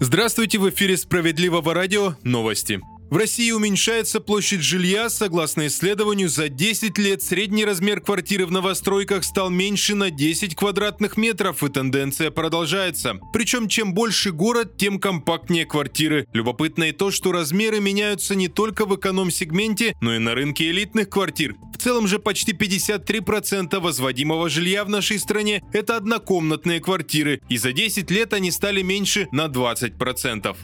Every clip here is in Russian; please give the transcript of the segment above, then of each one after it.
Здравствуйте, в эфире «Справедливого радио» новости. В России уменьшается площадь жилья. Согласно исследованию, за 10 лет средний размер квартиры в новостройках стал меньше на 10 квадратных метров, и тенденция продолжается. Причем, чем больше город, тем компактнее квартиры. Любопытно и то, что размеры меняются не только в эконом-сегменте, но и на рынке элитных квартир. В целом же почти 53% возводимого жилья в нашей стране – это однокомнатные квартиры, и за 10 лет они стали меньше на 20%.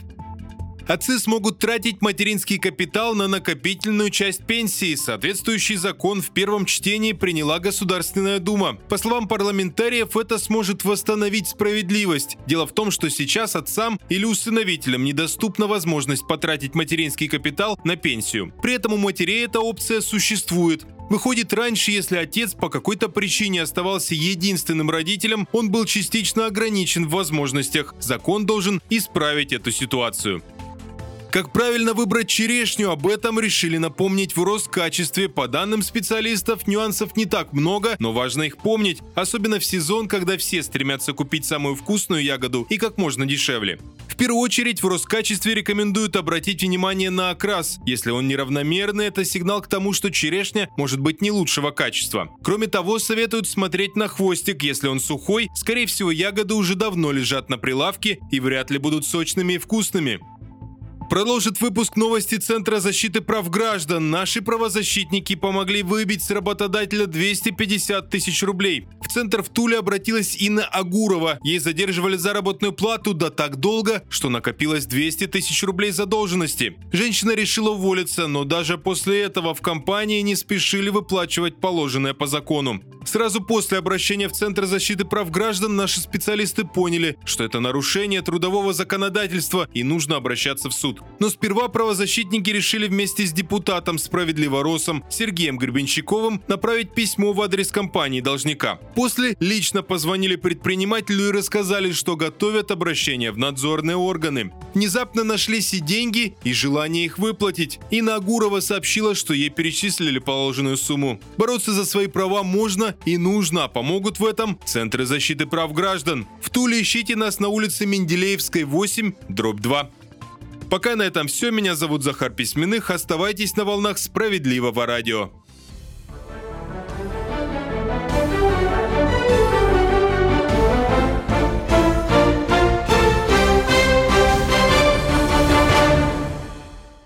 Отцы смогут тратить материнский капитал на накопительную часть пенсии. Соответствующий закон в первом чтении приняла Государственная Дума. По словам парламентариев, это сможет восстановить справедливость. Дело в том, что сейчас отцам или усыновителям недоступна возможность потратить материнский капитал на пенсию. При этом у матерей эта опция существует. Выходит, раньше, если отец по какой-то причине оставался единственным родителем, он был частично ограничен в возможностях. Закон должен исправить эту ситуацию. Как правильно выбрать черешню, об этом решили напомнить в Роскачестве. По данным специалистов, нюансов не так много, но важно их помнить, особенно в сезон, когда все стремятся купить самую вкусную ягоду и как можно дешевле. В первую очередь в Роскачестве рекомендуют обратить внимание на окрас. Если он неравномерный, это сигнал к тому, что черешня может быть не лучшего качества. Кроме того, советуют смотреть на хвостик. Если он сухой, скорее всего, ягоды уже давно лежат на прилавке и вряд ли будут сочными и вкусными. Продолжит выпуск новости Центра защиты прав граждан. Наши правозащитники помогли выбить с работодателя 250 тысяч рублей. В Центр в Туле обратилась Инна Агурова. Ей задерживали заработную плату да так долго, что накопилось 200 тысяч рублей задолженности. Женщина решила уволиться, но даже после этого в компании не спешили выплачивать положенное по закону. Сразу после обращения в Центр защиты прав граждан наши специалисты поняли, что это нарушение трудового законодательства и нужно обращаться в суд. Но сперва правозащитники решили вместе с депутатом «Справедливо-Росом» Сергеем Гребенщиковым направить письмо в адрес компании должника. После лично позвонили предпринимателю и рассказали, что готовят обращение в надзорные органы. Внезапно нашлись и деньги, и желание их выплатить. Инна Агурова сообщила, что ей перечислили положенную сумму. Бороться за свои права можно и нужно, а помогут в этом Центры защиты прав граждан. В Туле ищите нас на улице Менделеевской, 8/2. Пока на этом все. Меня зовут Захар Письменных. Оставайтесь на волнах «Справедливого радио».